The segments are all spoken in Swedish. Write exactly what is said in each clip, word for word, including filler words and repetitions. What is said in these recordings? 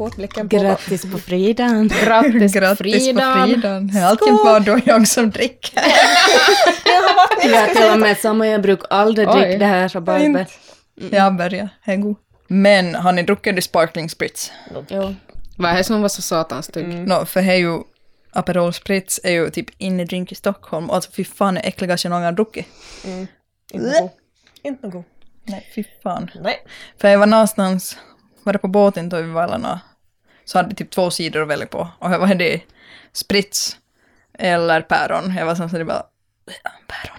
kåtblicken på. Grattis på fridagen. Grattis, Grattis på fridagen. på fridagen. Det är alltid bara då jag som dricker. Jag till och med samma, jag brukar aldrig Oj. dricka det här rabarber. Mm. Jag börjar, det är god. Men har ni druckit det sparkling spritz? Jo. Vad är det som var så satans stygg? Mm. No, för det är ju, Aperol spritz är ju typ innedrink i Stockholm. Alltså fy fan är äckligast jag någon gång druckit. Mm. Inte god. Inte god. Nej, fy fan. Nej. För jag var någonstans, var det på båten då vi var alla nå, så hade typ två sidor att välja på. Och jag var det spritz eller päron. Jag var som så det bara, päron.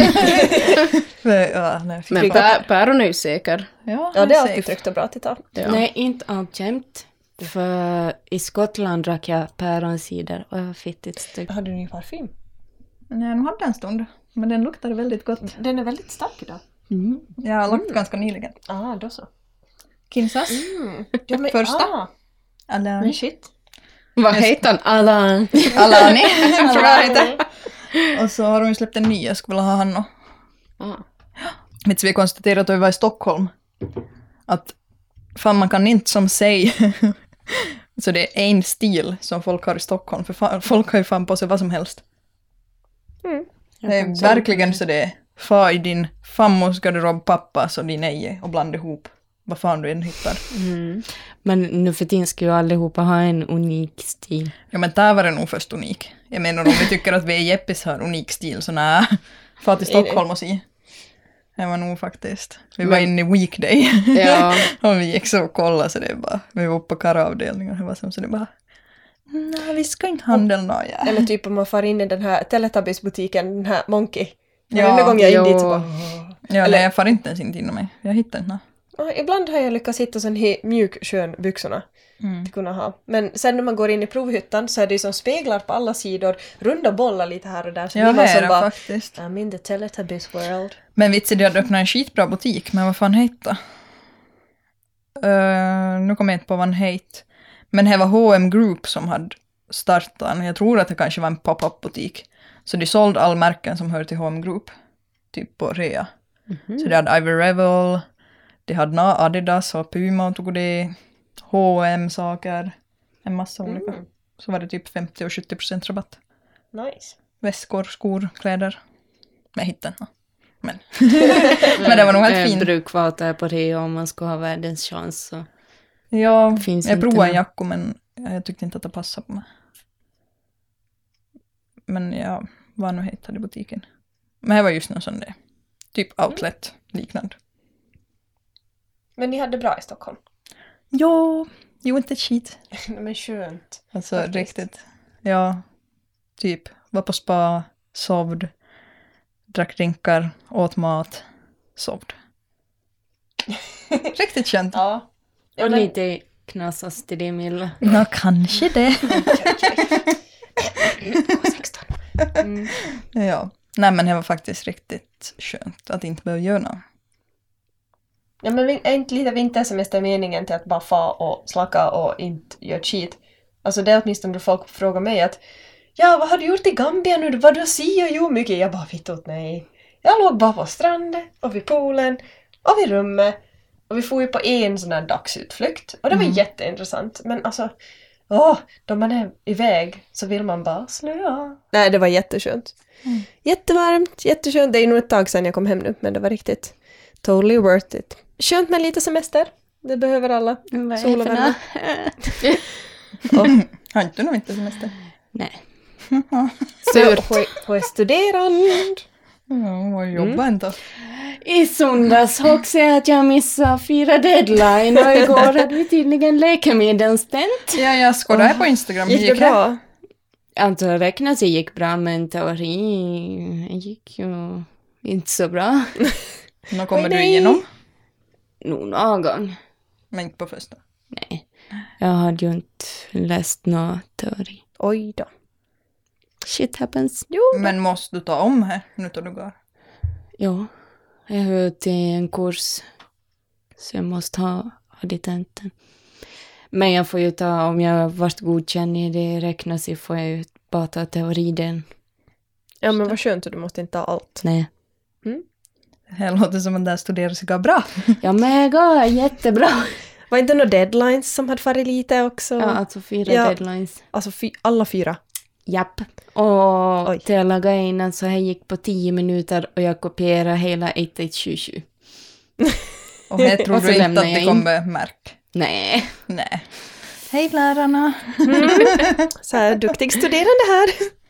För, ja, nej, fy Men fan. pä- päron är ju säker. Ja, Ja, det är safe. alltid tryggt och bra att ta. Ja. Nej, inte alltjämt. För i Skottland drack jag päronsider och jag var fittigt stygg. Har du ny parfym? Nej, nu hade en stund. Men den luktade väldigt gott. Den är väldigt stark idag. Mm. Jag har lagt ganska nyligen. Ah, då så. Kinsas. Mm. Ja, men, Första. Ah, Alani. men shit. Vad heter han? Alla. Alani, tror jag heter. Och så har de ju släppt en ny, jag skulle vilja ha han och. Ah. Vet du, vi konstaterade att vi var i Stockholm. Att fan man kan inte som sig. Så det är en stil som folk har i Stockholm. För fan, folk har ju fan på sig vad som helst. Mm. Det är verkligen så det är. Fa i din fammos garderob, pappas och din eje och blanda ihop vad fan du än hittar. Mm. Men nu för tiden ska ju allihopa ha en unik stil. Ja, men där var det nog först unik. Jag menar om vi tycker att vi är Jeppis har unik stil så nej. Far till Stockholm och se. Det var nog faktiskt. Vi var Men- inne i weekday. Ja. Och vi gick så och kollade så det är bara, vi var uppe på karavdelningen och det var som så det bara, nej vi ska inte handla något. Ja. Eller typ om man far in i den här Teletubbies-butiken, den här Monkey. Ja, Ja, den gång jag är in jo. dit så bara... Ja, Eller- nej, jag far inte ens in inom mig. Jag hittar inte något. Ah, ibland har jag lyckats hitta sån här mjuk skön byxorna Mm. att kunna ha. Men sen när man går in i provhyttan så är det ju som speglar på alla sidor, runda bollar lite här och där. Så Ja, blir man här som är bara, faktiskt. I'm in the Teletubbies world. Men vitsen, de hade öppnat en skitbra butik, men vad fan hette? Uh, nu kommer jag inte på vad han hette. Men det var H och M Group som hade startat den. Jag tror att det kanske var en pop-up butik. Så de sålde all märken som hör till H och M Group. Typ på rea. Mm-hmm. Så de hade Ivy Revel, de hade na Adidas och Puma och tog det. H och M-saker. En massa olika. Mm. Så var det typ femtio och sjuttio procent rabatt. Nice. Väskor, skor, kläder. Men jag hittade inte. Men. Men det var nog helt Jag fint. brukar vara där på det om man ska ha världens chans. Så. Ja, Finns jag inte provade en någon. jacka men jag tyckte inte att det passade på mig. Men jag var nog hittade i butiken. Men det var just någon sån där. Typ outlet liknande. Men ni hade bra i Stockholm. Ja, jo inte skit. Men skönt. Alltså Faktiskt. riktigt. Ja, typ var på spa, sovd, drack drinkar, åt mat, sovd. Riktigt skönt. Ja. Ja, Och men- lite knasas till det Milla. Ja, kanske det. sexton. Mm. Ja, nej men det var faktiskt riktigt skönt att inte behöva göra något. Ja, men är inte lite vintersemester meningen till att bara fa och slaka och inte göra skit? Alltså det är åtminstone då folk frågar mig att ja, vad har du gjort i Gambia nu? Vad du si och jo mycket? Jag bara, fittot nej. Jag låg bara på stranden och vid poolen och vid rummet. Och vi får ju på en sån här dagsutflykt. Och det var Mm. jätteintressant. Men alltså, åh, då man är iväg så vill man bara slöa. Nej, det var jätteskönt. Mm. Jättevarmt, jätteskönt. Det är nog ett tag sedan jag kom hem nu, men det var riktigt totally worth it. Skönt med lite semester. Det behöver alla. Vad Sol och är det värme. för Och, Har inte du nog inte semester? Nej. så på, på studerande. Ja, och jobba Mm. inte. I söndags också att jag missade fyra deadline och igår hade vi tydligen läkemedel spänt. Ja, jag skådade på Instagram. Gick det bra? Alltså räknas det gick bra men teori gick ju inte så bra. Nu kommer Oj, du nej. igenom. Nog någon gång. Men inte på första. Nej. Jag hade ju inte läst någon teori. Oj då. Shit happens. Jo. Men måste du ta om här nu då du går? Ja. Jag hör till en kurs. Så jag måste ha, ha dit tenten. Men jag får ju ta, om jag varit godkänd i det räknas så får jag ju bara ta teoridelen. Ja, men vad skönt att du måste inte ta allt. Nej. Det här låter som att det här studerar sig bra. Ja, men jag går jättebra. Var inte några deadlines som hade farit lite också? Ja, alltså fyra Ja. deadlines. Alltså fy, alla fyra. Japp. Och Oj. till att laga innan så jag gick på tio minuter och jag kopierade hela ett ett sju sju. Och jag tror Och så du inte lämnar att jag det in. kommer märka. Nej. Nej. Hej lärarna! Så här, duktig studerande här.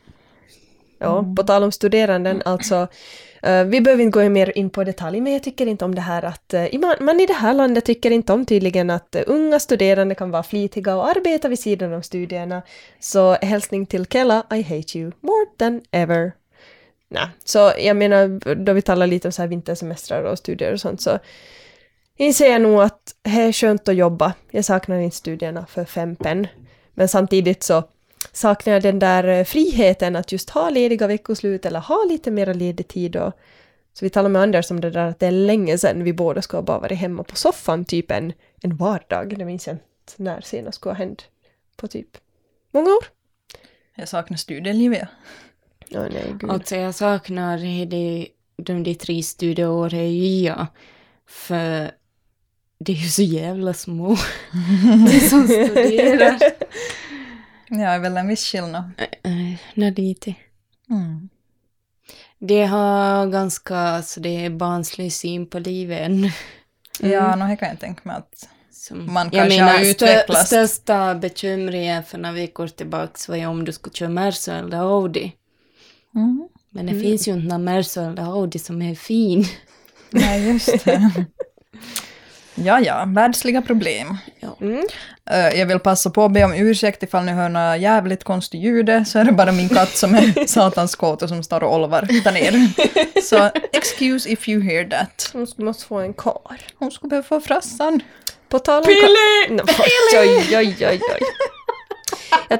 Ja, på tal om studeranden, alltså uh, vi behöver inte gå mer in på detalj, men jag tycker inte om det här att uh, man, man i det här landet tycker inte om tydligen att uh, unga studerande kan vara flitiga och arbeta vid sidan av studierna. Så hälsning till Kella, I hate you more than ever. Nej, så jag menar, då vi talar lite om så här vintersemestrar och studier och sånt, så inser jag nog att det är skönt att jobba. Jag saknar inte studierna för fem penn. Men samtidigt så saknar jag den där friheten att just ha lediga veckoslut eller ha lite mer ledig tid. Och, så vi talar med Anders om det där att det är länge sedan vi båda ska bara vara hemma på soffan typ en, en vardag. Det minns jag inte när senast skulle ha hänt på typ många år. Jag saknar studielivet. Ja, nej, gud. Alltså jag saknar de, de, de tre studieåren i ja. För det är ju så jävla små. Det som studerar. Ja, är väl en viss skillnad. Äh, nej, lite. Mm. Det har ganska, så det är barnslig syn på livet än. Ja, no, det kan jag tänka mig att Som, man jag kanske menar, har utvecklats. Stö, största bekymret för några veckor tillbaka var ju om du skulle köra Merso eller Audi. Mm. Men det finns ju inte någon Merso eller Audi som är fin. Nej, just det. Ja, ja, världsliga problem. Ja. Mm. Uh, jag vill passa på att be om ursäkt ifall ni hör några jävligt konstigt ljud, så är det bara min katt som är satans kåt och som står och olvar där nere. Så excuse if you hear that. Hon måste få en kar. Hon skulle behöva få frassan. På tal om... Pili! No, oj, oj, oj, oj. Jag,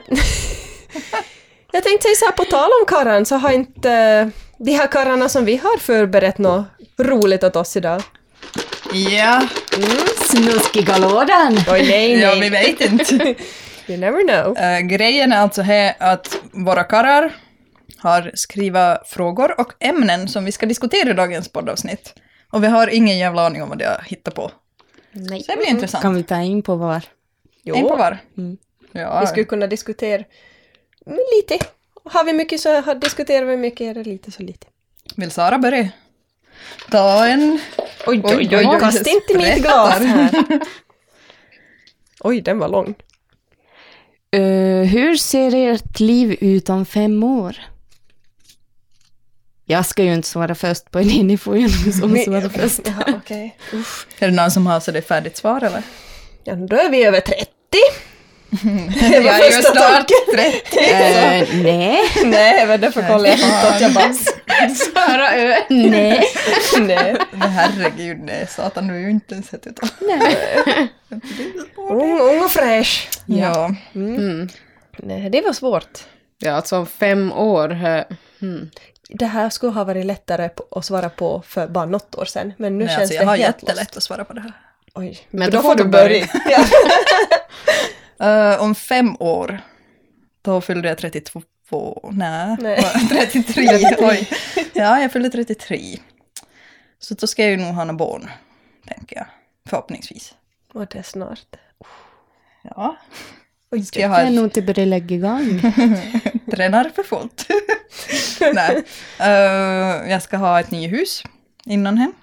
jag tänkte säga så här, på tal om karran så har inte uh, de här karrarna som vi har förberett något roligt åt oss idag. Ja. Mm. Snuskiga lådan! Oj, nej, nej. Ja, vi vet inte. You never know. Uh, grejen är alltså här att våra karrar har skrivit frågor och ämnen som vi ska diskutera i dagens poddavsnitt. Och vi har ingen jävla aning om vad de har hittat på. Nej. Så det blir intressant. Kan vi ta in på var? Jo, En på var. Mm. Ja. vi skulle kunna diskutera men lite. Har vi mycket så har, diskuterar vi mycket, är det lite så lite. Vill Sara börja? Ta en... Oj, oj, oj, oj, kasta inte mitt glas här. Oj, den var lång. Uh, hur ser ert liv ut om fem år? Jag ska ju inte svara först på det, ni får ju någon som svarar först. Ja, okej. Är det någon som har så det färdigt svar eller? Ja, då är vi över trettio. Jag är ju snart trettio. Uh, nej. Nej, men därför kollar jag inte att jag bara... Svara ö. Nej. Nej. Men herregud, nej, satan, du är ju inte ens sett ut. Ung, ung och fräsch. Ja. Mm. Nej, det var svårt. Ja, alltså om fem år. eh, Hmm. Det här skulle ha varit lättare på, att svara på för bara något år sedan. Men nu Nej, känns alltså, jag det har helt jättelätt lost. att svara på det här. Oj, Men men då då får får du du börja. Ja. Uh, om fem år, då fyllde jag trettiotvå. Nej, Nej. trettiotre. Oj. Ja, jag fyllde trettiotre. Så då ska jag ju nog ha några barn, tänker jag. Förhoppningsvis. Och det är snart. Ja. Oj, Ska jag Jag ha är ett nog inte börja lägga igång. tränar för fullt. Nej. Uh, jag ska ha ett nytt hus innan hem.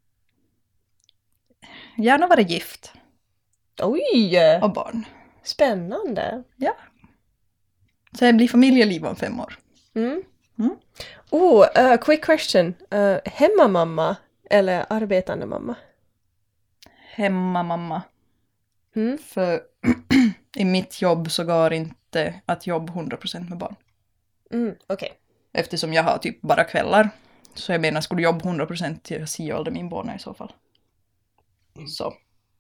Gärna vara gift. Oj, Och barn. spännande. Ja. Så det blir familjeliv om fem år. Mm. Mm. Oh, uh, quick question. Uh, hemmamamma eller arbetande mamma? Hemmamamma. Mm. För i mitt jobb så går inte att jobba hundra procent med barn. Mm, okej. Eftersom jag har typ bara kvällar. Så jag menar, skulle jobba hundra procent till jag ser ålder min barn i så fall. Så.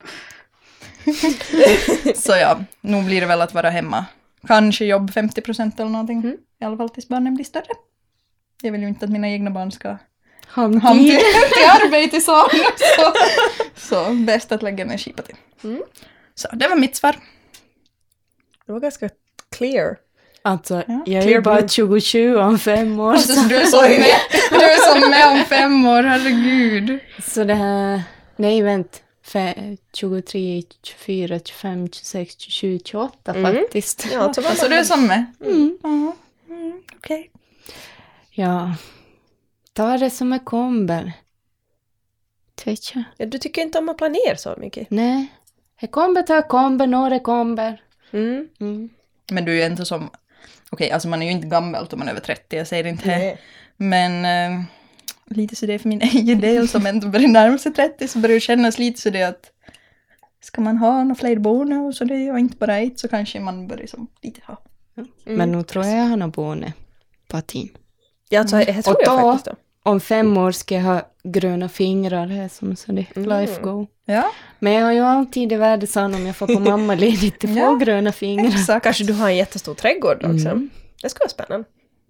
Så ja, nu blir det väl att vara hemma. Kanske jobb femtio procent eller någonting. Mm. I alla fall tills barnen blir större. Jag vill ju inte att mina egna barn ska Han hamna till, till arbete så. så. Så bäst att lägga energi på det. Mm. Så det var mitt svar. Det var ganska clear. Alltså, Ja. jag är ju Clear bara blue. tjugosju om fem år. Alltså, Så, du är som med, du är som med om fem år, herregud. så det här... Nej, vänt. fe- tjugotre, tjugofyra, tjugofem, tjugosex, tjugosju, tjugoåtta Mm. faktiskt. Ja, alltså, Alltså du är samma? Mm. Ja, mm, okej. Ja. Ta det som är kommer. Tvecka. ja, du tycker inte om att planera så mycket. Nej. Det kommer ta kommer, när det kommer. Mm. Mm. Men du är ju inte som... Okej, alltså man är ju inte gammal om man är över trettio, jag säger inte det. Nej. Men eh, lite så det är för min egen del som inte börjar närma sig trettio så börjar det kännas lite så det att ska man ha några fler barn och så det och inte bara ett så kanske man börjar som lite ha. Mm. Men nu tror jag han har boende på team. Ja, alltså, jag tror Och jag då- faktiskt då. Om fem år ska jag ha gröna fingrar här som så det Mm. life go. Ja, Men jag har ju alltid i världen sann om jag får på mamma ledigt till få Ja. gröna fingrar. exakt. Kanske du har en jättestor trädgård också. Mm. Det skulle vara spännande.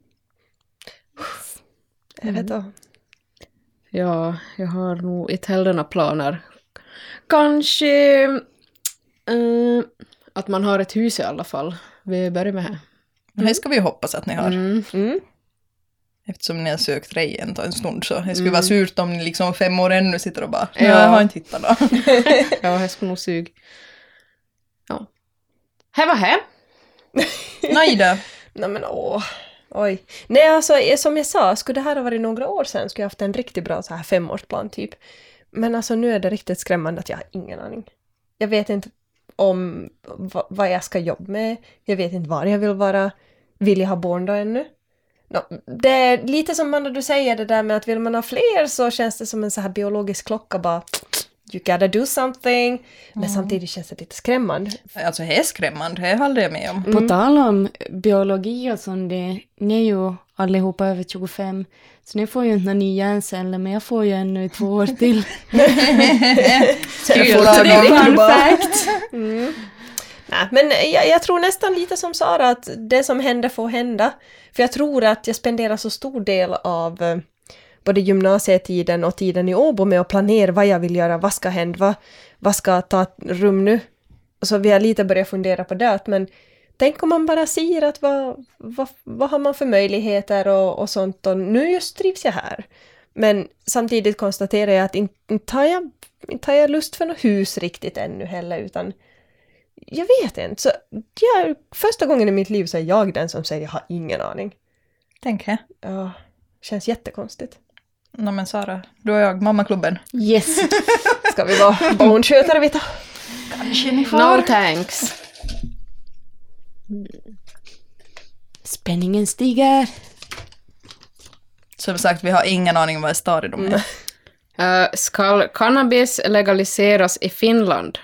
Jag vet inte. Ja, jag har nog inte heller några planer. Kanske eh, att man har ett hus i alla fall. Vi börjar med det. Det ska vi ju hoppas att ni har. Mm. Mm. Eftersom ni har sökt rejen en stund så det skulle vara surt om ni liksom fem år ännu sitter och bara ja, Ja. jag har inte hittat då. Ja, jag ska nog suga. Ja. Här var här. Nej då. Nej men åh. Oj. Nej alltså som jag sa, skulle det här ha varit några år sedan skulle jag haft en riktigt bra så här femårsplan typ. Men alltså nu är det riktigt skrämmande att jag har ingen aning. Jag vet inte om va, vad jag ska jobba med. Jag vet inte var jag vill vara. Vill jag ha barn då ännu? No, det är lite som man, när du säger det där med att vill man ha fler så känns det som en så här biologisk klocka bara you gotta do something. Men samtidigt känns det lite skrämmande. Alltså det är skrämmande, det håller jag med om. På tal om biologi och sånt, det, ni är ju allihopa över tjugofem. Så ni får ju inte några nya hjärnceller, men jag får ju ännu i två år till. Kul, Så det är Adam. riktigt fact. Mm. Nej, men jag, jag tror nästan lite som Sara att det som händer får hända. För jag tror att jag spenderar så stor del av eh, både gymnasietiden och tiden i Åbo med att planera vad jag vill göra, vad ska hända, vad, vad ska ta rum nu. Så vi har lite börjat fundera på det, men tänk om man bara säger att vad, vad, vad har man för möjligheter och, och sånt och nu just trivs jag här. Men samtidigt konstaterar jag att inte, inte, har jag, inte har jag lust för något hus riktigt ännu heller utan jag vet inte. Så jag, första gången i mitt liv så är jag den som säger jag har ingen aning. Tänk här. Ja, känns jättekonstigt. Nej men Sara, då är jag mammaklubben. Yes. Ska vi vara barnskötare, Vita? Kanske ni No thanks. Spänningen stiger. Som sagt, vi har ingen aning om vad stad de är. Uh, ska cannabis legaliseras i Finland?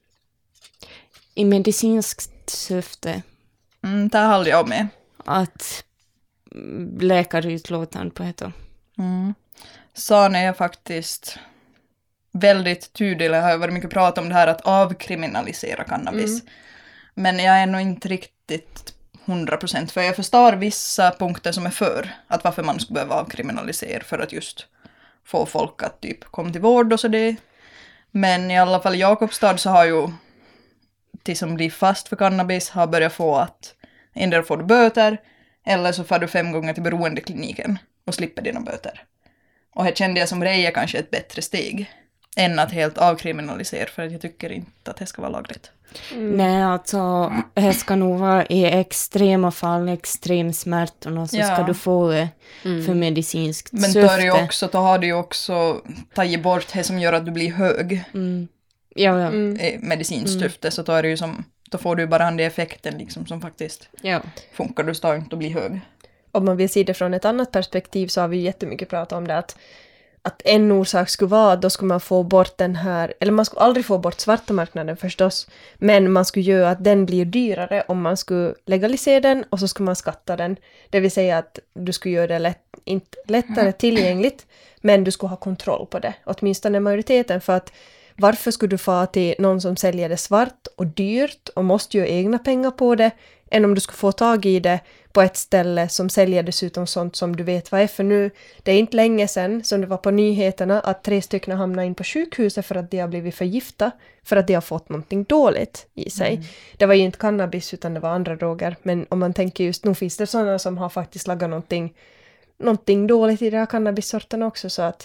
I medicinskt syfte Mm, det håller jag med. att läkarutlåtande på ett år. Mm. Sane är faktiskt väldigt tydlig, har jag varit mycket prat om det här att avkriminalisera cannabis. Mm. Men jag är nog inte riktigt hundra procent för jag förstår vissa punkter som är för att varför man skulle behöva avkriminalisera för att just få folk att typ komma till vård och så det. Men i alla fall i Jakobstad så har ju de som blir fast för cannabis har börjat få att endera får du böter eller så får du fem gånger till beroendekliniken och slipper dina böter. Och det kände jag som Reja kanske ett bättre steg än att helt avkriminalisera för att jag tycker inte att det ska vara lagligt. Nej, alltså det ska nog vara i extrema fall, extrem smärtorna så Ja. ska du få det för medicinskt Men då syfte. är det ju också, då har du ju också tagit bort det som gör att du blir hög Mm. Ja, ja. Mm. i medicinskt syfte så då är det ju som, då får du ju bara den effekten liksom som faktiskt ja. funkar, du står inte att bli hög. Om man vill se det från ett annat perspektiv så har vi jättemycket pratat om det att, att en orsak skulle vara att då skulle man få bort den här, eller man skulle aldrig få bort svarta marknaden förstås, men man skulle göra att den blir dyrare om man skulle legalisera den och så skulle man skatta den. Det vill säga att du skulle göra det lätt, inte lättare tillgängligt, men du skulle ha kontroll på det, åtminstone majoriteten, för att varför skulle du få till någon som säljer det svart och dyrt och måste göra egna pengar på det än om du skulle få tag i det på ett ställe som säljer dessutom sånt som du vet vad är för nu. Det är inte länge sedan som det var på nyheterna att tre stycken hamnade in på sjukhuset för att de har blivit förgifta för att de har fått någonting dåligt i sig. Mm. Det var ju inte cannabis utan det var andra droger, men om man tänker just nu finns det sådana som har faktiskt lagat någonting, någonting dåligt i de här cannabissorterna också så att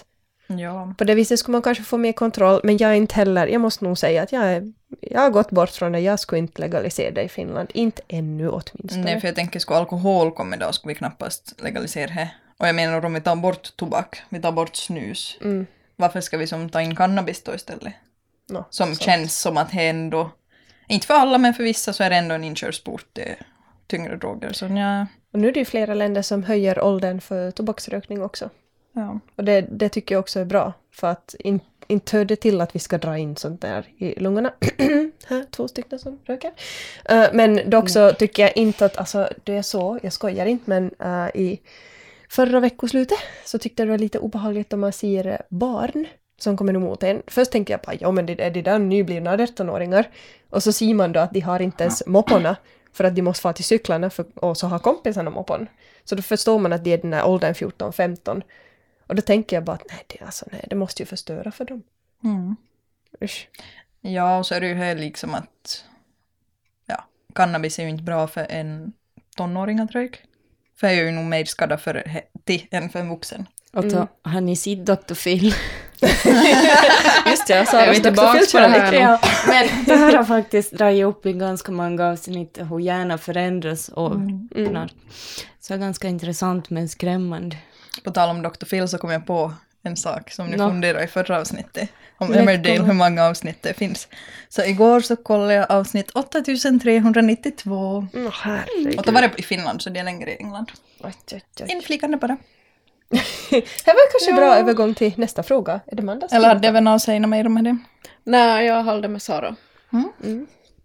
Ja. På det viset skulle man kanske få mer kontroll, men jag är inte heller, jag måste nog säga att jag, är, jag har gått bort från det, jag skulle inte legalisera det i Finland, inte ännu åtminstone. Nej, för jag tänker, skulle alkohol komma idag skulle vi knappast legalisera det. Och jag menar, om vi tar bort tobak, vi tar bort snus, Mm. varför ska vi som ta in cannabis då istället? No, Som så. känns som att det ändå, inte för alla men för vissa så är det ändå en inkörsport till tyngre droger. Så ja, Och nu är det ju flera länder som höjer åldern för tobaksrökning också. ja. Och det, det tycker jag också är bra, för att in, inte hör det till att vi ska dra in sånt där i lungorna. Här, två stycken som röker. Uh, men dock så tycker jag inte att, alltså det är så, jag skojar inte, men uh, i förra veckoslutet så tyckte jag det var lite obehagligt om man ser barn som kommer emot en. Först tänker jag bara, ja men det är de där nyblivna arton-åringar. Och så ser man då att de har inte ens mopporna för att de måste få till cyklarna för, och så har kompisarna moppon. Så då förstår man att det är den här åldern fjorton femton. Och då tänker jag bara att nej det, alltså, nej, det måste ju förstöra för dem. Mm. Usch. Ja, och så är det ju här liksom att ja, cannabis är ju inte bra för en tonåring att röka. För jag är ju nog mer skadad för det än för en vuxen. Och då Mm. har ni sett doktor Phil? Just det, jag sa Är vi tillbaka på det här nu? Ja, men det här har faktiskt dragit upp i ganska många avsnitt hur hjärnan förändras och Mm. knark. Så det är ganska intressant men skrämmande. På tal om doktor Phil så kom jag på en sak som ni Nå. funderade i förra avsnittet. Om Lätt Emmerdale, komma. hur många avsnitt det finns. Så igår så kollade jag avsnitt åttatusen trehundranittiotvå. Mm, herregud. Och då var det i Finland, så det är längre i England. Oj, oj, oj. Inflikande bara. Det var kanske Ja. bra övergång till nästa fråga. Är det Mandas? Eller hade jag väl något att säga mer med det? Nej, jag håller med Sara. Mm.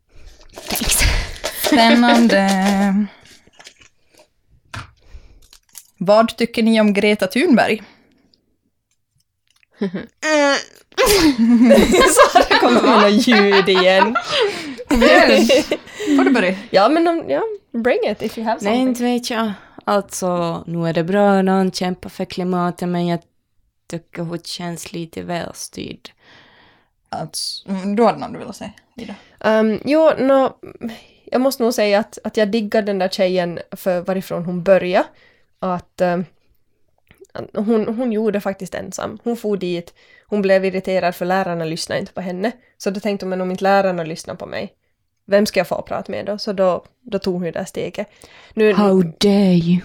Spännande. Vad tycker ni om Greta Thunberg? Så det kommer med något ljud igen. Får du börja? Ja, men om, ja, bring it if you have Nej, something. inte vet jag. Alltså, nu är det bra när han kämpar för klimatet, men jag tycker hon känns lite väl styrd. Alltså, du hade någon du ville säga, Ida? Um, jo, no, jag måste nog säga att, att jag diggar den där tjejen för varifrån hon började. Att um, hon, hon gjorde faktiskt ensam. Hon for dit, hon blev irriterad för lärarna lyssnade inte på henne. Så då tänkte hon, men om inte lärarna lyssnar på mig, vem ska jag få prata med då? Så då, då tog hon ju det här steget. Nu, How dare you?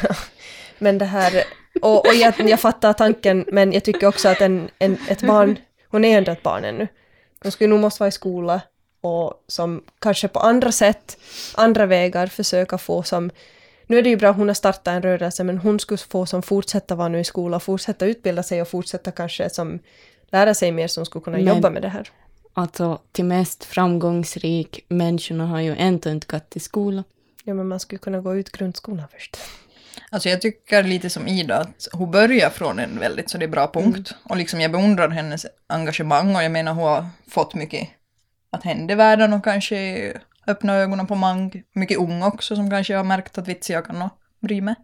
men det här, och, och jag, jag fattar tanken, men jag tycker också att en, en, ett barn, hon är ändå ett barn ännu. Hon skulle nog måste vara i skola och som kanske på andra sätt, andra vägar försöka få som, nu är det ju bra att hon har startat en rörelse, men hon skulle få som fortsätta vara nu i skola, fortsätta utbilda sig och fortsätta kanske som lära sig mer som skulle kunna Men- jobba med det här. Alltså, till mest framgångsrik människorna har ju ändå inte gått till skolan. Ja, men man skulle kunna gå ut grundskolan först. Alltså jag tycker lite som Ida att hon börjar från en väldigt så det är bra punkt. Och liksom jag beundrar hennes engagemang och jag menar hon har fått mycket att hända i världen och kanske öppna ögonen på många, mycket unga också som kanske har märkt att vits jag kan nog bry mig.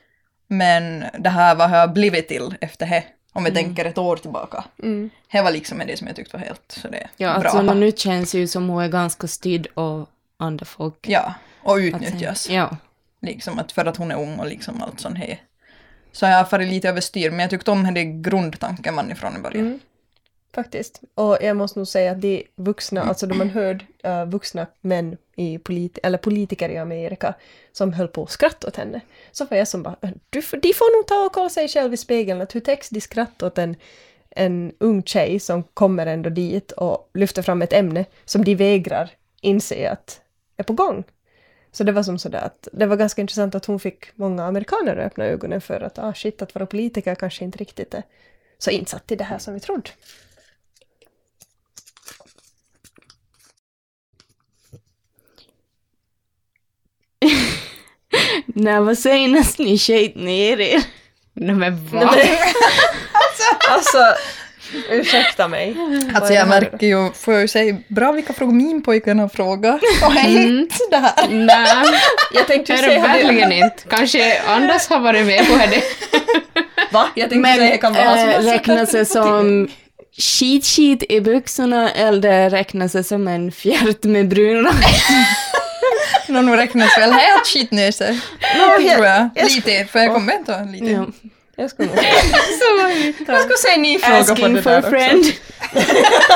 Men det här vad har blivit till efter det, om vi tänker ett år tillbaka. Mm. Det var liksom det som jag tyckte var helt så det är Ja, bra. alltså nu känns ju som hon är ganska styrd av andra folk. Ja, och Att- utnyttjas. Ja. Liksom att för att hon är ung och liksom allt sånt här. Så jag har farit lite överstyr, men jag tyckte om det grundtanken man ifrån i början. Mm. Faktiskt. Och jag måste nog säga att de vuxna, alltså då man hörde uh, vuxna män i polit- eller politiker i Amerika som höll på att skratta åt henne. Så var jag som bara, du, får- de får nog ta och kolla sig själv i spegeln. Att hur täcks de skratt åt en, en ung tjej som kommer ändå dit och lyfter fram ett ämne som de vägrar inse att är på gång. Så det var som sådär att det var ganska intressant att hon fick många amerikaner att öppna ögonen för att ah shit, att vara politiker kanske inte riktigt är så insatt i det här som vi trodde. När var senast ni skejt ner er? Nej men Nej, vad? men, alltså, ursäkta mig. Vad Alltså är jag det här märker ju, får jag ju säga, bra vilka frågor min pojken har frågat. Och inte det här. Nej, Jag tänkte det ju är det säga det. verkligen inte. Kanske Anders har varit med på det. Va? Jag tänkte Men säga kan vara han som äh, har sett räknas det det. som skit skit i byxorna eller räknas det som en fjärt med brunrand? Någon räknas väl här att skit ner sig. jag- Tror jag. jag- Lite, för jag kommer inte ihåg lite. Ja. Jag skulle nog Så jag skulle säga ny fråga på asking det for där a friend. också.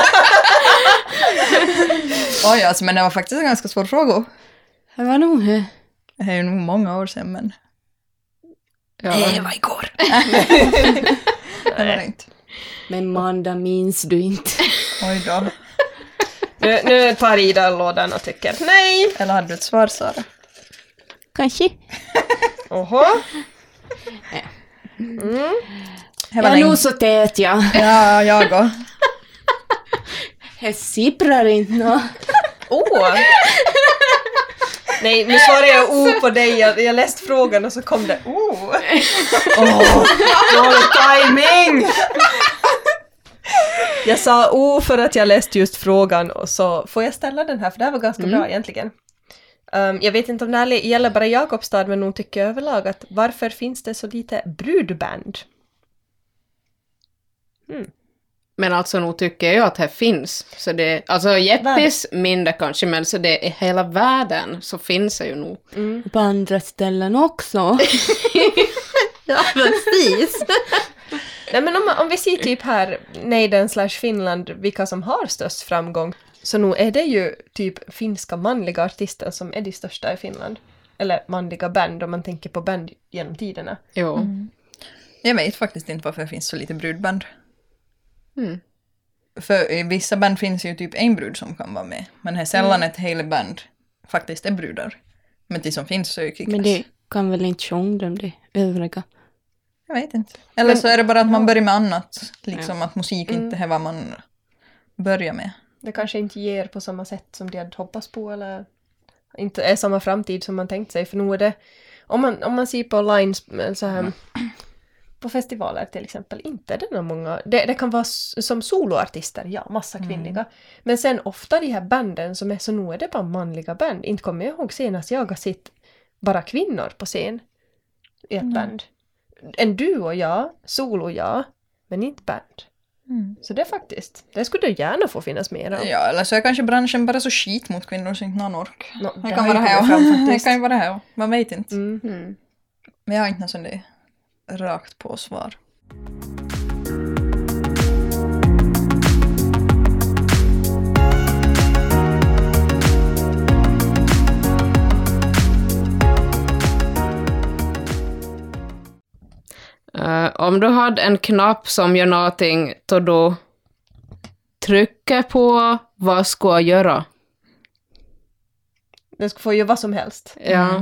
Oj, alltså, men det var faktiskt en ganska svår fråga. Det var nog det. Det är ju nog många år sedan, men... Ja. Nej, det var igår. Det var det inte. Men måndag minns du inte. Oj då. Nu, nu tar Ida lådan och tycker nej. Eller hade du ett svar, Sara? Kanske. Oho. Det Jag var är länge. nog så tät, ja. Ja, jag och. Det sipprar inte nå. Åh! Nej, nu svarar jag O på dig. Jag, jag läste frågan och så kom det O. Åh, dålig timing! Jag sa O för att jag läste just frågan och så får jag ställa den här för det här var ganska Mm. bra egentligen. Um, jag vet inte om det här gäller bara Jakobstad men nog tycker jag överlag att varför finns det så lite brudband? Men alltså nog tycker jag att det finns. Så det, alltså Jeppis mindre kanske, men så det är hela världen så finns det ju nog. På andra ställen också. Ja, precis. Nej, men om, om vi ser typ här Neiden slash Finland, vilka som har störst framgång, så nog är det ju typ finska manliga artister som är de största i Finland. Eller manliga band om man tänker på band genom tiderna. Jo. Jag vet faktiskt inte varför det finns så lite brudband. Mm. För i vissa band finns ju typ en brud som kan vara med. Men det är sällan ett hela band faktiskt är brudar. Men de som finns så är ju Kick-Ass. Men det kan väl inte sjunga om det övriga. Jag vet inte. Eller Men- så är det bara att man börjar med annat. Liksom att musik Mm. inte är vad man börjar med. Det kanske inte ger på samma sätt som de hade hoppats på eller inte är samma framtid som man tänkt sig. För nu är det, om man, om man ser på lines så här, på festivaler till exempel, inte är det några många, det, det kan vara s- som soloartister, ja, massa kvinnliga. Men sen ofta de här banden som är så nu är det bara manliga band. Inte kommer jag ihåg senast jag har sett bara kvinnor på scen i ett band. En duo, ja, solo, ja, men inte band. Så det är faktiskt, det skulle gärna få finnas mer av. Ja, eller så är kanske branschen bara så skit mot kvinnor så inte någon ork. Nå, Det det kan har vara ju här. kommit fram Det faktiskt. kan ju vara här. Man vet inte. Mm. Mm. Men jag har inte något sånt där rakt på svar. Eh, om du hade en knapp som gör någonting, då du trycker på vad ska jag göra? Den ska få göra vad som helst. Ja.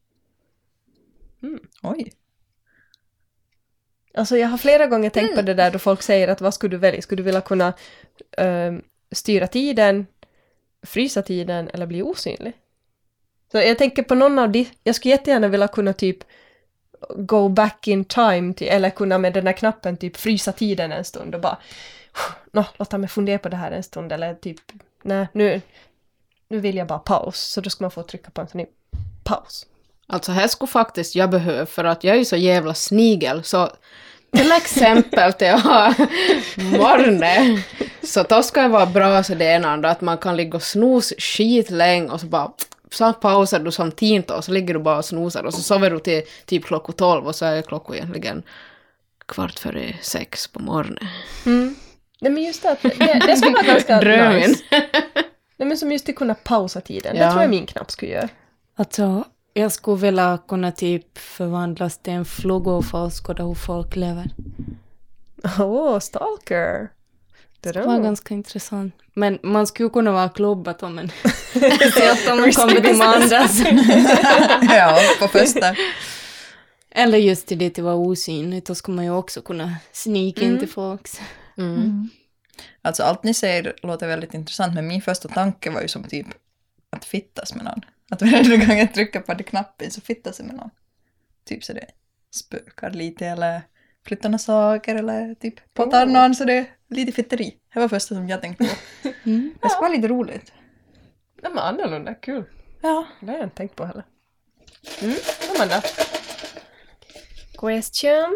Oj. Alltså jag har flera gånger tänkt på det där då folk säger att vad skulle du välja? Skulle du vilja kunna ehm, styra tiden, frysa tiden eller bli osynlig? Så jag tänker på någon av de, jag skulle jättegärna vilja kunna typ go back in time till, eller kunna med den här knappen typ frysa tiden en stund och bara nå, låta mig fundera på det här en stund eller typ nej, nu, nu vill jag bara paus. Så då ska man få trycka på en sån här paus. Alltså här skulle faktiskt jag behöva, för att jag är ju så jävla snigel, så till exempel till jag har morgonen, så då ska det vara bra så det är en andra, att man kan ligga och snos skit länge och så bara så pausar du som tint och så ligger du bara och snosar och så sover du till typ klockan tolv och så är klockan egentligen kvart före sex på morgonen. Mm. Nej men just det, att det, det skulle vara ganska Drömmen. nice. Nej men som just att kunna pausa tiden. Ja. Det tror jag min knapp skulle göra. Alltså, jag skulle vilja kunna typ förvandlas till en fluga och få skåda hur folk lever. Åh, oh, stalker. Det Det var var ganska intressant. Men man skulle kunna vara klubbat om en. Se att de kommer till andras. Ja, på fester. Eller just till det till att vara osynligt. Då skulle man ju också kunna snika in till folks. Mm. Alltså allt ni säger låter väldigt intressant, men min första tanke var ju som typ att fittas med någon. Att varje gång jag trycker på den knappen så fittas jag med någon. Typ så det spökar lite eller flyttar några saker eller typ potar någon så det är lite fitteri. Det var första som jag tänkte på. Mm. Det ska vara lite roligt. Nej, men annorlunda, kul. Ja. Det har jag inte tänkt på heller. Mm, Amanda. Question.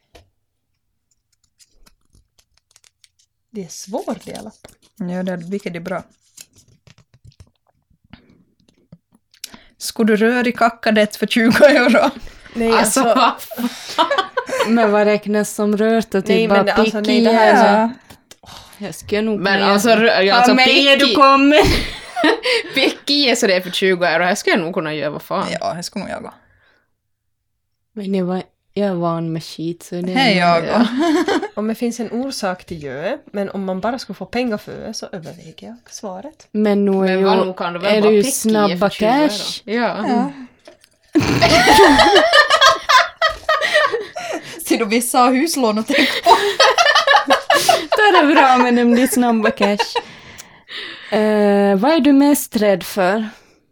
Det är svårt det alla. Ja, det, vilket är bra. Skulle du röra i kackadet för tjugo euro? Nej, Alltså, alltså, vad fan? Men vad räknas som rört och typ Nej, bara men alltså, picky? nej, det här är så- Jag ska nog Men kunna alltså, göra- rö- alltså Ta mig, du picky, kommer! picky är så det är för tjugo euro. Här ska jag nog kunna göra vad fan. Ja, det skulle nog jag gå. Men jag, var, jag är van med skit så det Hej jag Ja. gå. Om det finns en orsak till jö, men om man bara skulle få pengar för det så överväger jag svaret. Men nu är, Men ju, vad nog kan du väl är bara det ju picky snabba för tjugo euro? cash. Ja. Ja. Ser du vissa har huslån och tänk på? Det är bra men det blir snabba cash. Uh, vad är du mest rädd för?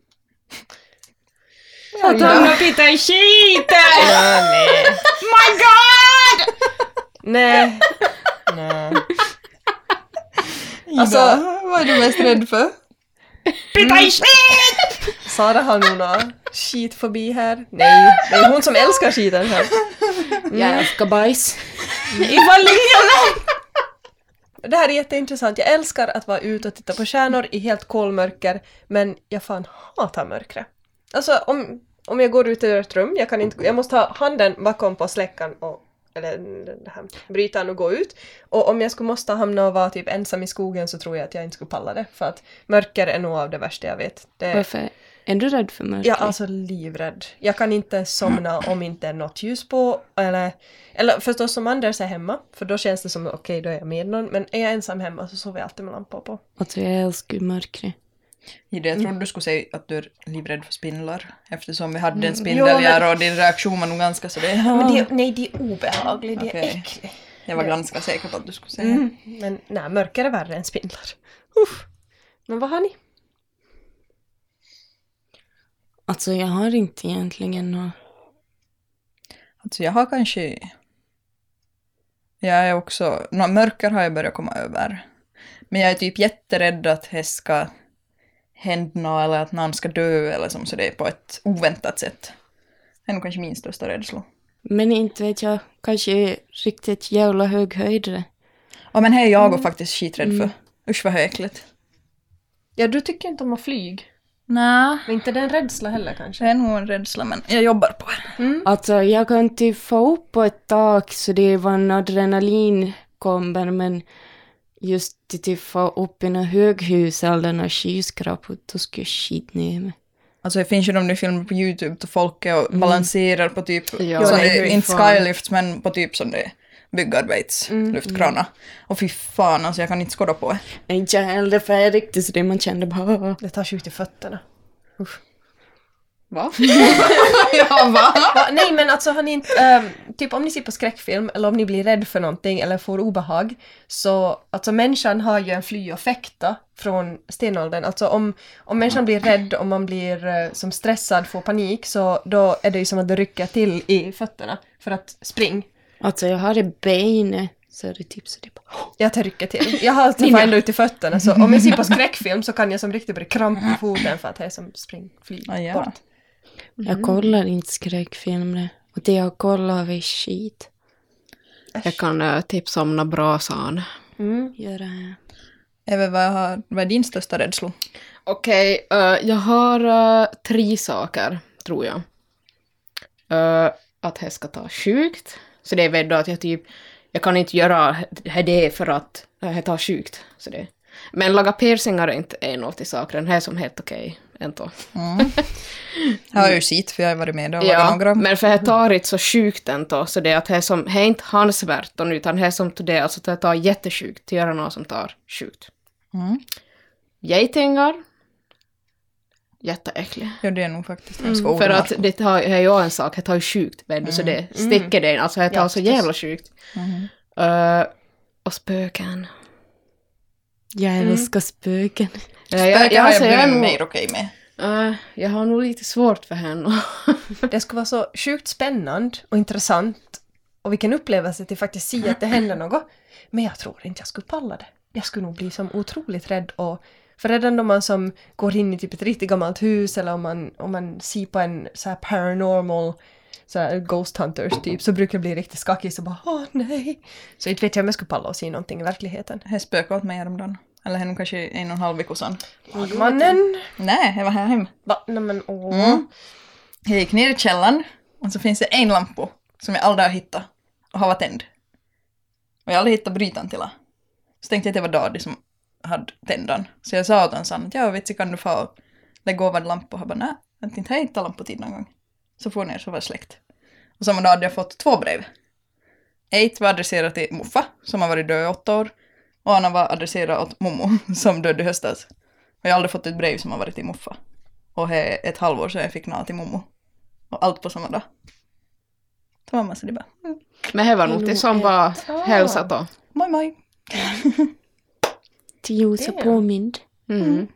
Att hamna pita i skiten! Ja, nej. My god! Nej. Nej. Alltså, vad är du mest rädd för? Pita i skit! Sara har nog någon skit förbi här. Nej, det är hon som älskar skiten här. Jag älskar bajs. Ifall ingen Det här är jätteintressant. Jag älskar att vara ute och titta på stjärnor i helt kolmörker, men jag fan hatar mörkret. Alltså om, om jag går ut ur ett rum, jag, kan inte, jag måste ha handen bakom på släckan och eller det här, brytaren och gå ut. Och om jag skulle måste hamna och vara typ ensam i skogen så tror jag att jag inte skulle palla det. För att mörker är nog av det värsta jag vet. Det, Varför? Är du rädd för mörker? jag är alltså livrädd. Jag kan inte somna om inte är något ljus på. Eller, eller förstås som Anders är hemma. För då känns det som okej, okay, då är jag med någon. Men är jag ensam hemma så sover jag alltid med lampor på. Alltså jag älskar ju mörkret. Ida, jag trodde du skulle säga att du är livrädd för spindlar. Eftersom vi hade en Jo, spindeljär men- och din reaktion var nog ganska så det. Men det, nej, det är obehagligt. Det är Okej. äckligt. Jag var ganska säker på att du skulle säga. Mm. Men nej, mörker är värre än spindlar. Uff. Men vad har ni? Alltså jag har inte egentligen något... Alltså jag har kanske... Jag är också... Nå, mörker har jag börjat komma över. Men jag är typ jätterädd att det ska hända eller att någon ska dö eller som så det är på ett oväntat sätt. Det är nog kanske min största rädsla. Men inte vet jag, kanske riktigt jävla höghöjdare. Ja men här är jag och faktiskt skiträdd för. Usch vad äckligt. Ja, du tycker inte om att flyg. Nej. Men inte den rädsla heller kanske. Det är nog en rädsla men jag jobbar på det. Alltså jag kan typ få upp på ett tak så det var en adrenalin kommer men just till typ få upp i några höghus eller några skyskrapor då ska jag skit ner mig. Alltså det finns ju de där filmer på YouTube där folk är och balanserar på typ, Ja, sån det är där, ju inte fan. skylift men på typ sån där byggarbets luftkranar. Och fy fan alltså jag kan inte skåda på det. Inte jag heller för jag är riktigt så det man kände bara... Det tar sjukt i fötterna. Usch. Va? Ja va? Va? Nej, men alltså har ni inte... ehm, typ om ni ser på skräckfilm eller om ni blir rädd för någonting eller får obehag så... Alltså människan har ju en fly och fäkta från stenåldern. Alltså om, om människan blir rädd, om man blir eh, som stressad, får panik så då är det ju som att det rycker till i fötterna för att spring. Alltså jag har det benet så är det typ så det bara... Jag tar rycka till. Jag har alltid fått ända ut i fötterna så om jag ser på skräckfilm så kan jag som riktigt börja krampa på foten för att det är som spring, fly Ah, ja. bort. Jag kollar inte skräckfilmer och det jag kollar är skit. Jag kan uh, tipsa om några bra san. Mm. Gör det. Eva, vad, har, vad är din största rädsla? Okej, uh, jag har uh, tre saker, tror jag. Uh, att det ska ta sjukt. Så det är väl då att jag typ... Jag kan inte göra det för att det tar sjukt. Så det. Men laga piercingar är inte en av de sakerna. Det är som helt okej. Ändå. Mm. Jag har ju sett för jag har varit med och lagat Ja, några. men för det tar inte så sjukt ändå. Så det är att det är som... Det är inte hans värton utan det är som till det. Alltså det tar jättesjukt att göra något som tar sjukt. Mm. Getingar. Jätteäcklig. Ja, det är nog faktiskt ganska Mm, för att orimligt. det tar, det är ju en sak, det tar ju sjukt, vet du, så det sticker det in. Alltså det tar Ja, så precis. jävla sjukt. Mhm. Uh, och spöken. Jag älskar spöken. Uh, jag, Spöken jag, har jag alltså, jag, är blivit nog, mer okej med. uh, jag har nog lite svårt för henne. Det skulle vara så sjukt spännande och intressant och vilken upplevelse till faktiskt se att det händer något. Men jag tror inte jag skulle palla det. Jag skulle nog bli som otroligt rädd och för redan då man som går in i typ ett riktigt gammalt hus eller om man, om man ser på en så här paranormal så här ghost hunters typ så brukar jag bli riktigt skakig så bara åh nej. Så inte vet jag om jag skulle palla och se någonting i verkligheten. Det spökade åt mig häromdagen. Eller henne kanske en och en halv vecka sedan. Mannen! Nej, jag var här hemma. Va? Nej men åh. Mm. Jag gick ner i källaren och så finns det en lampa som jag aldrig har hittat. har varit tänd. Och jag aldrig hittat brytan till. Så tänkte jag att det var Dadi som hade tändan. Så jag sa åt honom sann att ja, vet du, kan du få lägga över lampor? Och han bara, nej, jag inte hittat lampotid någon gång. Så får ner så var det släckt. Och samma dag hade jag fått två brev. Ett var adresserat till Muffa, som har varit död i åtta år. Och Anna var adresserad åt Momo, som dödde i höstas. Och jag har aldrig fått ett brev som har varit till Muffa. Och det är ett halvår sedan jag fick nå till Momo. Och allt på samma dag. Så mamma så det bara... Mm. Men det var nog det som bara hälsat då. Moj, moj. Tio så påmind. Mm.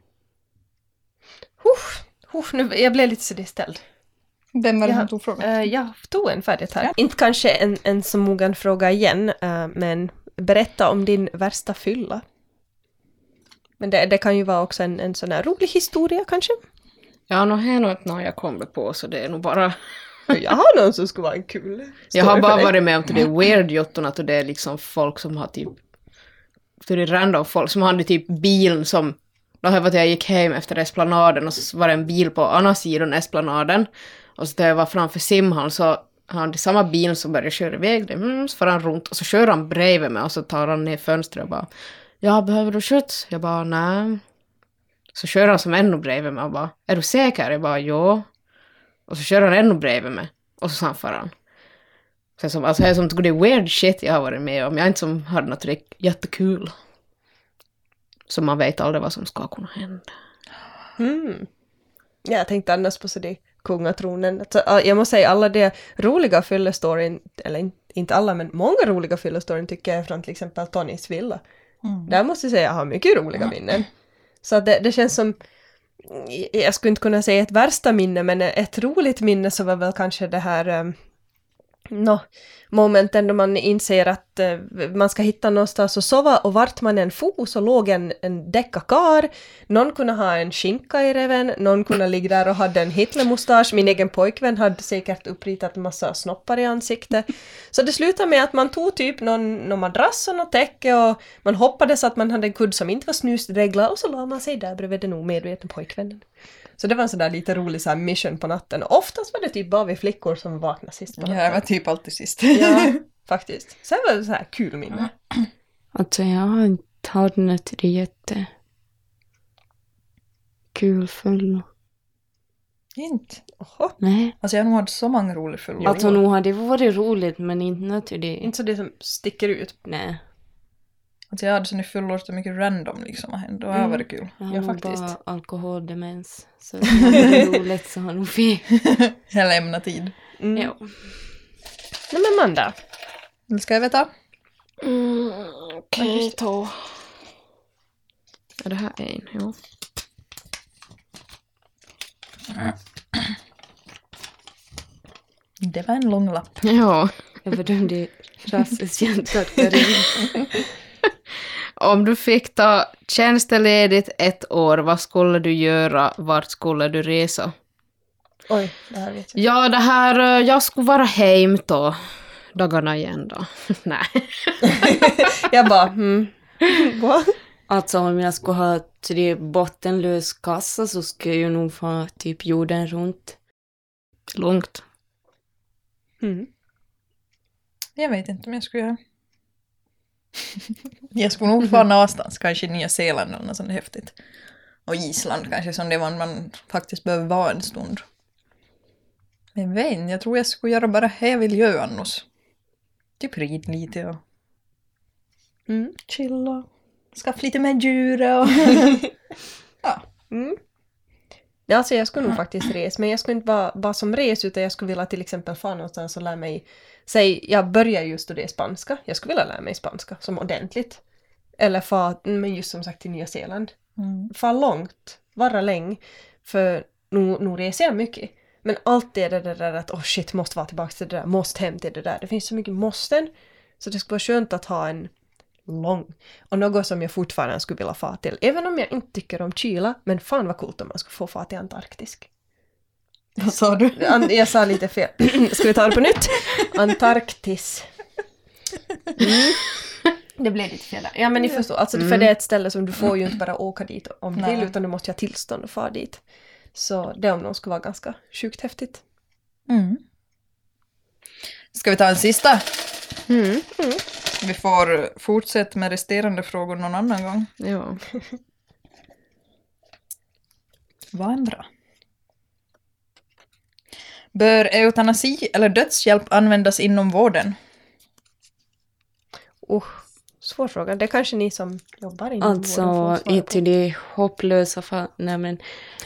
Uff, uff, nu, jag blev lite så ställd. Vem var det Ja, som tog frågan? Uh, jag tog en färdigt här. Inte kanske en, en så mogen fråga igen, uh, men berätta om din värsta fylla. Men det, det kan ju vara också en, en sån här rolig historia kanske. Ja, no, här är nog inte någon jag kommer på, så det är nog bara... Jag har någon som skulle vara en kul Jag har bara varit med om till det weird-jottorna, att det är liksom folk som har typ... Det är random folk som hade typ bilen som... Då har jag gick hem efter esplanaden och så var det en bil på andra sidan esplanaden. Och så när jag var framför simhallen så han det samma bil som började köra iväg det. Mm, så får han runt och så kör han bredvid mig och så tar han ner fönstret och bara ja, behöver du skjuts? Jag bara, nej. Så kör han som ännu bredvid mig och bara, är du säker? Jag bara, ja. Och så kör han ännu bredvid mig och så sanfar han. Så som, alltså, det är som det är weird shit jag har varit med om. Jag är inte som hade något jättekul. Så man vet aldrig vad som ska kunna hända. Mm. Ja, jag tänkte annars på så det kungatronen. Alltså, jag måste säga alla de roliga fyllestoryn, eller inte alla men många roliga fyllestoryn tycker jag är från till exempel Tonys villa. Mm. Där måste jag säga jag har mycket roliga minnen. Så att det, det känns som, jag skulle inte kunna säga ett värsta minne, men ett roligt minne så var väl kanske det här um, no, momenten då man inser att uh, man ska hitta någonstans och sova och vart man än for så låg en, en däckakar. Någon kunde ha en skinka i reven, någon kunde ligga där och hade en Hitlermustasch. Min egen pojkvän hade säkert uppritat en massa snoppar i ansiktet. Så det slutade med att man tog typ någon, någon madrass och något täcke och man hoppades att man hade en kudd som inte var snusregla och så la man sig där bredvid den omedvetna pojkvännen. Så det var en sån där lite rolig så här mission på natten. Och oftast var det typ bara vi flickor som vaknade sist på natten. Ja, jag var typ alltid sist. Ja, faktiskt. Så det var så här kul minne. Alltså jag har inte haft något jätte kul full. Inte. Oho. Nej. Alltså jag har nog haft så många roliga fyllor. Alltså nog hade det varit roligt men inte något det. Inte så det som sticker ut. Nej. Alltså jag hade sån i fyllor så mycket random liksom har hänt. Det har varit kul. Jag har Ja, nog faktiskt. bara alkoholdemens. Så det är roligt så har nog fel. Jag lämnar tid. Mm. Ja. Nej men Manda. Nu ska jag veta. Mm, Okej, okay, ta. Är det här en? Jo. Det var en lång lapp. Ja. Jag bedömde rasiskt jämtat Karin. Om du fick ta tjänsteledigt ett år, vad skulle du göra? Vart skulle du resa? Oj, det här vet jag. Ja, det här, jag skulle vara hem då. Dagarna igen då. Nej. Jag bara, hmm. Vad? Alltså om jag skulle ha tre bottenlös kassa så skulle jag nog få typ jorden runt. Långt. Mm. Jag vet inte om jag skulle göra. Jag skulle nog vara någonstans. Kanske Nya Zeeland eller något sånt häftigt. Och Island kanske som det var man faktiskt behöver vara en stund. Men jag vet inte, jag tror jag skulle göra bara det jag vill göra annars. Typ rid lite och Mm. chilla. Skaffa lite med djur och... ja. Mm. Ja, alltså jag skulle nog faktiskt resa, men jag skulle inte vara bara som res utan jag skulle vilja till exempel få någonstans och lära mig, säg, jag börjar ju studera spanska, jag skulle vilja lära mig spanska som ordentligt. Eller få, men just som sagt till Nya Zeeland. Mm. Få långt, vara länge, för nu, nu reser jag mycket. Men alltid är det det där att, oh shit, måste vara tillbaka till det där, måste hem till det där. Det finns så mycket måsten, så det skulle vara skönt att ha en lång. Och något som jag fortfarande skulle vilja få till. Även om jag inte tycker om kyla. Men fan vad coolt om man skulle få få till Antarktisk. Vad sa du? Jag sa lite fel. Ska vi ta det på nytt? Antarktis. Mm. Det blev lite fel där. Ja men ni förstår. Alltså, mm. För det är ett ställe som du får ju inte bara åka dit om du vill. Utan du måste ha tillstånd att få dit. Så det om någon skulle vara ganska sjukt häftigt. Mm. Ska vi ta en sista? Mm. Vi får fortsätta med resterande frågor någon annan gång. Ja. Vad är bra? Bör eutanasi eller dödshjälp användas inom vården? Oh, svår fråga. Det är kanske ni som jobbar inom Alltså, vården får svara inte på. det hopplösa fall. Nej, men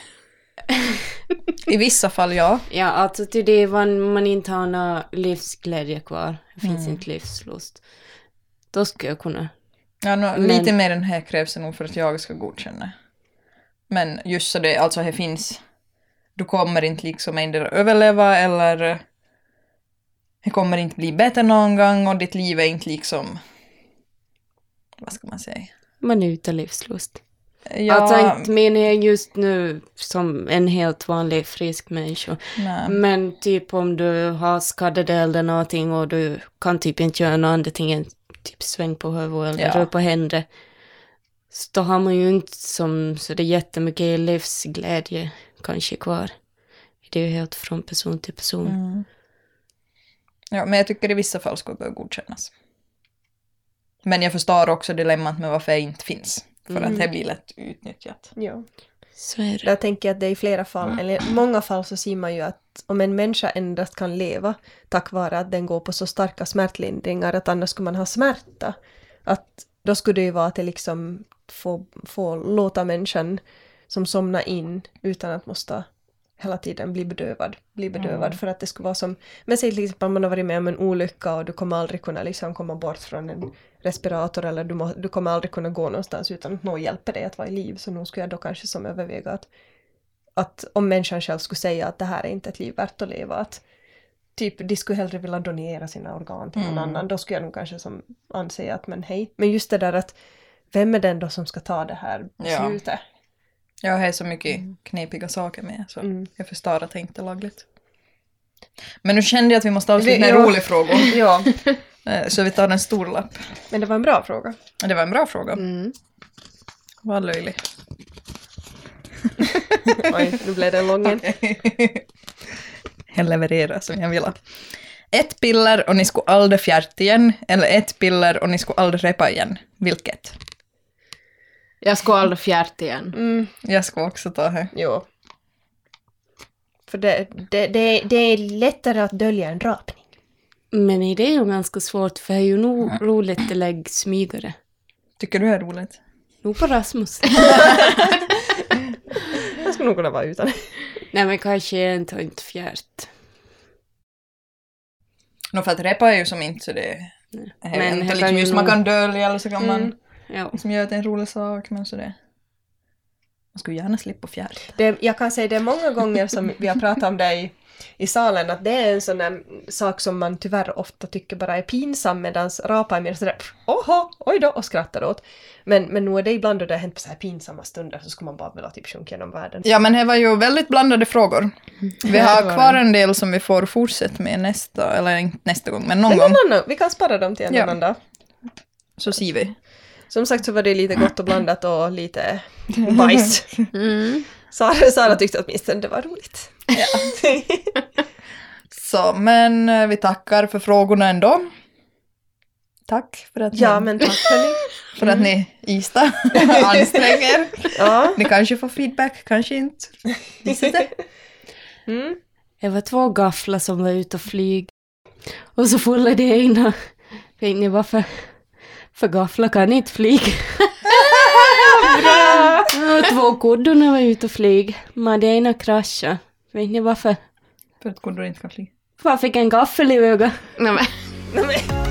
I vissa fall ja. ja, alltså till det man, man inte har någon livsglädje kvar. Det finns Mm. inte livslust. Då ska jag kunna. ja no, Men- lite mer än här krävs det nog för att jag ska godkänna. Men just så det, alltså här finns, du kommer inte liksom ändå överleva eller det kommer inte bli bättre någon gång och ditt liv är inte liksom, vad ska man säga? Man är utan livslust. Ja, Alltså inte menar jag just nu som en helt vanlig frisk människa. nej. Men typ om du har skadade eller någonting och du kan typ inte göra något annat än typ sväng på huvudet eller Ja. rör på händer. Så då har man ju inte som så det är jättemycket livsglädje kanske kvar. Det är ju helt från person till person. Mm. Ja, men jag tycker i vissa fall ska det börja godkännas. Men jag förstår också dilemmat med varför det inte finns. För Mm. att det blir lätt utnyttjat. Ja. Så är det. Där tänker jag att det är i flera fall, eller i många fall så ser man ju att om en människa endast kan leva tack vare att den går på så starka smärtlindringar att annars skulle man ha smärta. Att då skulle det ju vara att det liksom få, få låta människan som somnar in utan att måste hela tiden bli bedövad. Bli bedövad Mm. för att det skulle vara som, men säg till exempel man har varit med om en olycka och du kommer aldrig kunna liksom komma bort från en respirator eller du, må, du kommer aldrig kunna gå någonstans utan att någon hjälper dig att vara i liv. Så nu skulle jag då kanske som överväga att, att om människan själv skulle säga att det här är inte ett liv värt att leva, att typ de skulle hellre vilja donera sina organ till någon Mm. annan, då skulle jag nog kanske som anse att men hej. Men just det där att vem är den då som ska ta det här Ja. beslutet? Jag har så mycket knepiga saker med så Mm. jag förstår att det inte är lagligt. Men nu kände jag att vi måste avsluta med Vi- en ja. rolig fråga. Ja, Eh, Så vi tar en stor lapp. men det var en bra fråga. Det var en bra fråga. Mm. Vad löjlig. Oj, nu blev det lång en. Jag levererar som jag vill. Ett piller och ni skulle aldrig fjärta igen. Eller ett piller och ni skulle aldrig repa igen. Vilket? Jag ska aldrig fjärt igen. Mm, Jag ska också ta här. jo. För det, det, det, det är lättare att dölja en rapning. Men det är ju ganska svårt för det är ju nog roligt att lägga smygare. Tycker du det är roligt? Nog på Rasmus. Jag skulle nog kunna vara utan. Nej men kanske inte inte fjärt. Nå, för att repa är ju som inte så det är Men men inte här liksom kan just ju man nog- kan dölja eller så kan man Mm. Ja. liksom göra det en rolig sak men så det man skulle gärna slippa fjärta. Det, jag kan säga det är många gånger som vi har pratat om det i, i salen, att det är en sån där sak som man tyvärr ofta tycker bara är pinsam, medan rapa är mer sådär oho, oj då, och skrattar åt. Men, men nu är det ibland då det har hänt på så här pinsamma stunder så ska man bara vilja typ sjunka genom världen. Ja, men det var ju väldigt blandade frågor. Vi Ja, har det var kvar det. en del som vi får fortsätta med nästa, eller inte nästa gång, men någon Men gång. någon annan, vi kan spara dem till en Ja. annan dag. Så ser vi. Som sagt så var det lite gott och blandat och lite bajs. Mm. Sara, Sara tyckte åtminstone det var roligt. Så, men eh, vi tackar för frågorna ändå. Tack för att, Ja, ni, men tack hörni. för att ni ista anstränger. Ja. Ni kanske får feedback, kanske inte. Gissa det. Mm. Det var två gafflar som var ute och flyg. Och så fulla det ena. Vet ni varför? För gafflar kan inte flyga. Och två kuddorna var ute och flyg. Men det ena kraschade. Vet ni varför? För att kuddor inte kan flyga. För jag fick en gaffel i ögat. Nej, men. Nej, men.